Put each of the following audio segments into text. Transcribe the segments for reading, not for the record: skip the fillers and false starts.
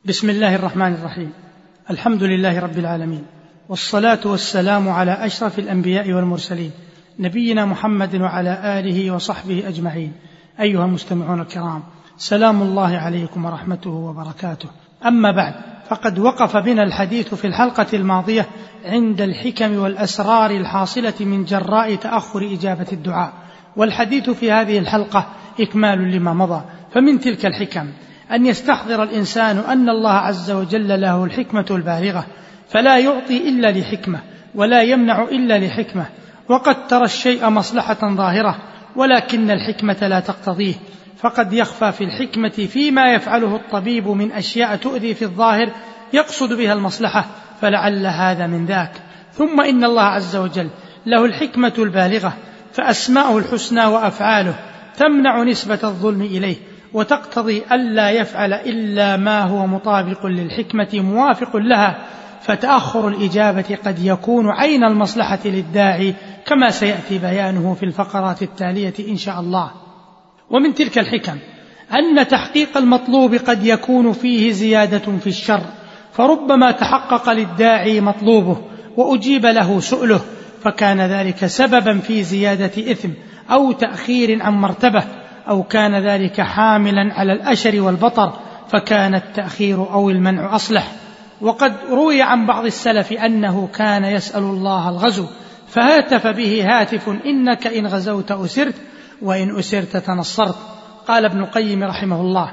بسم الله الرحمن الرحيم. الحمد لله رب العالمين، والصلاة والسلام على أشرف الأنبياء والمرسلين، نبينا محمد وعلى آله وصحبه أجمعين. أيها المستمعون الكرام، سلام الله عليكم ورحمته وبركاته. أما بعد، فقد وقف بنا الحديث في الحلقة الماضية عند الحكم والأسرار الحاصلة من جراء تأخر إجابة الدعاء، والحديث في هذه الحلقة إكمال لما مضى. فمن تلك الحكم أن يستحضر الإنسان أن الله عز وجل له الحكمة البالغة، فلا يعطي إلا لحكمة ولا يمنع إلا لحكمة، وقد ترى الشيء مصلحة ظاهرة ولكن الحكمة لا تقتضيه، فقد يخفى في الحكمة فيما يفعله الطبيب من أشياء تؤذي في الظاهر يقصد بها المصلحة، فلعل هذا من ذاك. ثم إن الله عز وجل له الحكمة البالغة، فأسماؤه الحسنى وأفعاله تمنع نسبة الظلم إليه، وتقتضي ألا يفعل إلا ما هو مطابق للحكمة موافق لها، فتأخر الإجابة قد يكون عين المصلحة للداعي، كما سيأتي بيانه في الفقرات التالية إن شاء الله. ومن تلك الحكم أن تحقيق المطلوب قد يكون فيه زيادة في الشر، فربما تحقق للداعي مطلوبه وأجيب له سؤله، فكان ذلك سببا في زيادة إثم أو تأخير عن مرتبة، أو كان ذلك حاملا على الأشر والبطر، فكان التأخير أو المنع أصلح. وقد روي عن بعض السلف أنه كان يسأل الله الغزو، فهاتف به هاتف: إنك إن غزوت أسرت، وإن أسرت تنصرت. قال ابن القيم رحمه الله: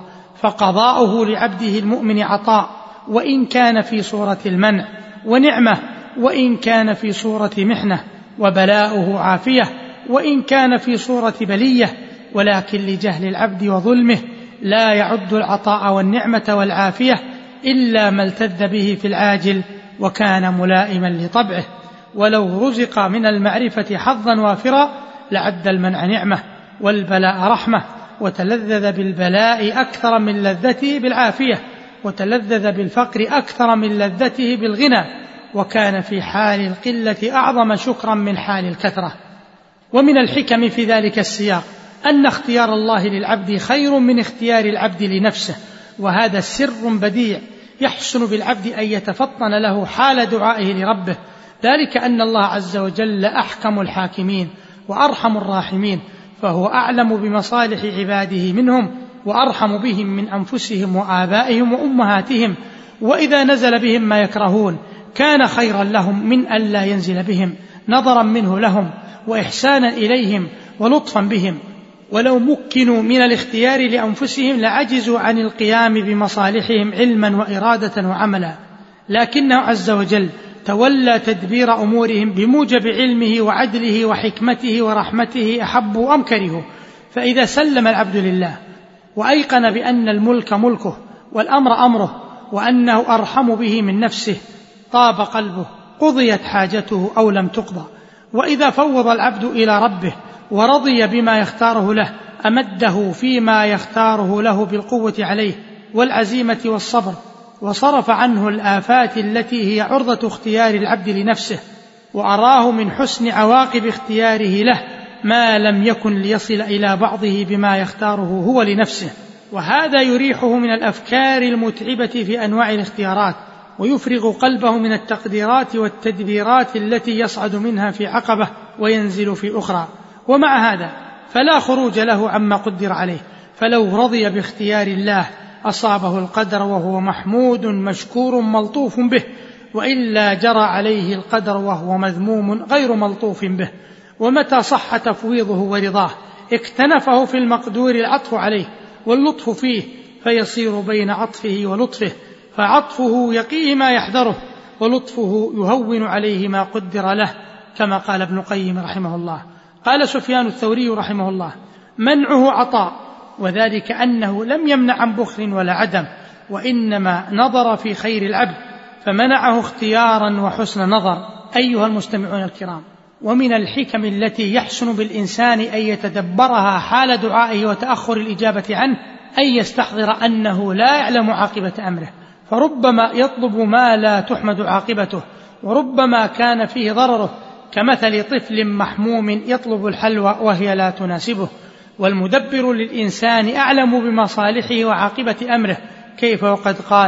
فقضاؤه لعبده المؤمن عطاء، وإن كان في صورة المنع، ونعمة وإن كان في صورة محنة، وبلاؤه عافية وإن كان في صورة بلية، ولكن لجهل العبد وظلمه لا يعد العطاء والنعمة والعافية إلا ما التذ به في العاجل وكان ملائما لطبعه، ولو رزق من المعرفة حظا وافرا لعد المنع نعمة والبلاء رحمة، وتلذذ بالبلاء أكثر من لذته بالعافية، وتلذذ بالفقر أكثر من لذته بالغنى، وكان في حال القلة أعظم شكرا من حال الكثرة. ومن الحكم في ذلك السياق أن اختيار الله للعبد خير من اختيار العبد لنفسه، وهذا سر بديع يحسن بالعبد أن يتفطن له حال دعائه لربه، ذلك أن الله عز وجل أحكم الحاكمين وأرحم الراحمين، فهو أعلم بمصالح عباده منهم وأرحم بهم من أنفسهم وآبائهم وأمهاتهم، وإذا نزل بهم ما يكرهون كان خيرا لهم من أن لا ينزل بهم، نظرا منه لهم وإحسانا إليهم ولطفا بهم. ولو مكنوا من الاختيار لأنفسهم لعجزوا عن القيام بمصالحهم علما وإرادة وعملا، لكنه عز وجل تولى تدبير أمورهم بموجب علمه وعدله وحكمته ورحمته، أحبوا أم كرهوا. فإذا سلم العبد لله وأيقن بأن الملك ملكه والأمر أمره وأنه أرحم به من نفسه طاب قلبه، قضيت حاجته أو لم تقضى. وإذا فوض العبد إلى ربه ورضي بما يختاره له أمده فيما يختاره له بالقوة عليه والعزيمة والصبر، وصرف عنه الآفات التي هي عرضة اختيار العبد لنفسه، وأراه من حسن عواقب اختياره له ما لم يكن ليصل إلى بعضه بما يختاره هو لنفسه، وهذا يريحه من الأفكار المتعبة في أنواع الاختيارات، ويفرغ قلبه من التقديرات والتدبيرات التي يصعد منها في عقبة وينزل في أخرى. ومع هذا فلا خروج له عما قدر عليه، فلو رضي باختيار الله أصابه القدر وهو محمود مشكور ملطوف به، وإلا جرى عليه القدر وهو مذموم غير ملطوف به. ومتى صح تفويضه ورضاه اكتنفه في المقدور العطف عليه واللطف فيه، فيصير بين عطفه ولطفه، فعطفه يقيه ما يحذره، ولطفه يهون عليه ما قدر له، كما قال ابن القيم رحمه الله. قال سفيان الثوري رحمه الله: منعه عطاء، وذلك أنه لم يمنع عن بخل ولا عدم، وإنما نظر في خير العبد فمنعه اختيارا وحسن نظر. أيها المستمعون الكرام، ومن الحكم التي يحسن بالإنسان أن يتدبرها حال دعائه وتأخر الإجابة عنه أن يستحضر أنه لا يعلم عاقبة أمره، فربما يطلب ما لا تحمد عاقبته، وربما كان فيه ضرره، كمثل طفل محموم يطلب الحلوى وهي لا تناسبه. والمدبر للإنسان أعلم بمصالحه وعاقبة أمره، كيف وقد قال: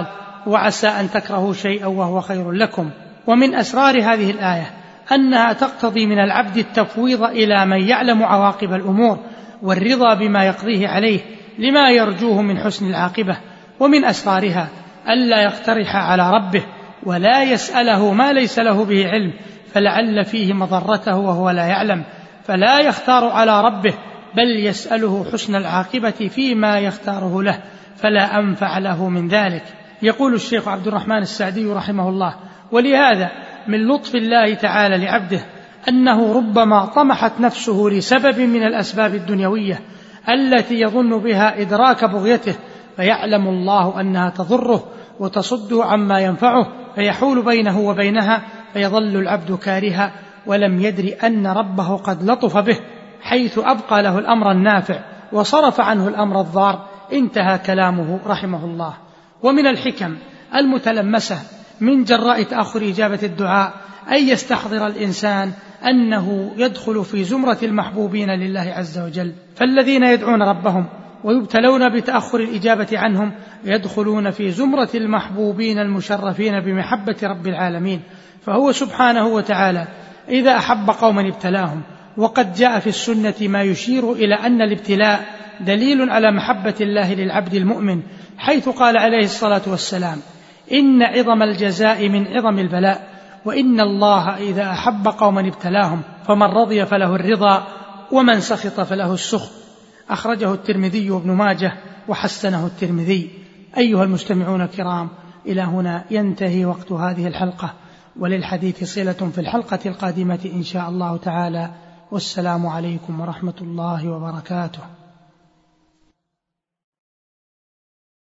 وعسى أن تكرهوا شيئا وهو خير لكم. ومن أسرار هذه الآية أنها تقتضي من العبد التفويض إلى من يعلم عواقب الأمور والرضا بما يقضيه عليه لما يرجوه من حسن العاقبة. ومن أسرارها ألا يقترح على ربه ولا يسأله ما ليس له به علم فلعل فيه مضرته وهو لا يعلم، فلا يختار على ربه بل يسأله حسن العاقبة فيما يختاره له فلا أنفع له من ذلك. يقول الشيخ عبد الرحمن السعدي رحمه الله: ولهذا من لطف الله تعالى لعبده أنه ربما طمحت نفسه لسبب من الأسباب الدنيوية التي يظن بها إدراك بغيته، فيعلم الله أنها تضره وتصده عما ينفعه فيحول بينه وبينها، فيظل العبد كارها ولم يدري أن ربه قد لطف به حيث أبقى له الأمر النافع وصرف عنه الأمر الضار. انتهى كلامه رحمه الله. ومن الحكم المتلمسة من جراء تأخر إجابة الدعاء أن يستحضر الإنسان أنه يدخل في زمرة المحبوبين لله عز وجل، فالذين يدعون ربهم ويبتلون بتأخر الإجابة عنهم يدخلون في زمرة المحبوبين المشرفين بمحبة رب العالمين، فهو سبحانه وتعالى إذا أحب قوما ابتلاهم. وقد جاء في السنة ما يشير إلى أن الابتلاء دليل على محبة الله للعبد المؤمن، حيث قال عليه الصلاة والسلام: إن عظم الجزاء من عظم البلاء، وإن الله إذا أحب قوما ابتلاهم، فمن رضي فله الرضا ومن سخط فله السخط. أخرجه الترمذي وابن ماجه وحسنه الترمذي. أيها المستمعون الكرام، إلى هنا ينتهي وقت هذه الحلقة، وللحديث صلة في الحلقة القادمة إن شاء الله تعالى. والسلام عليكم ورحمة الله وبركاته.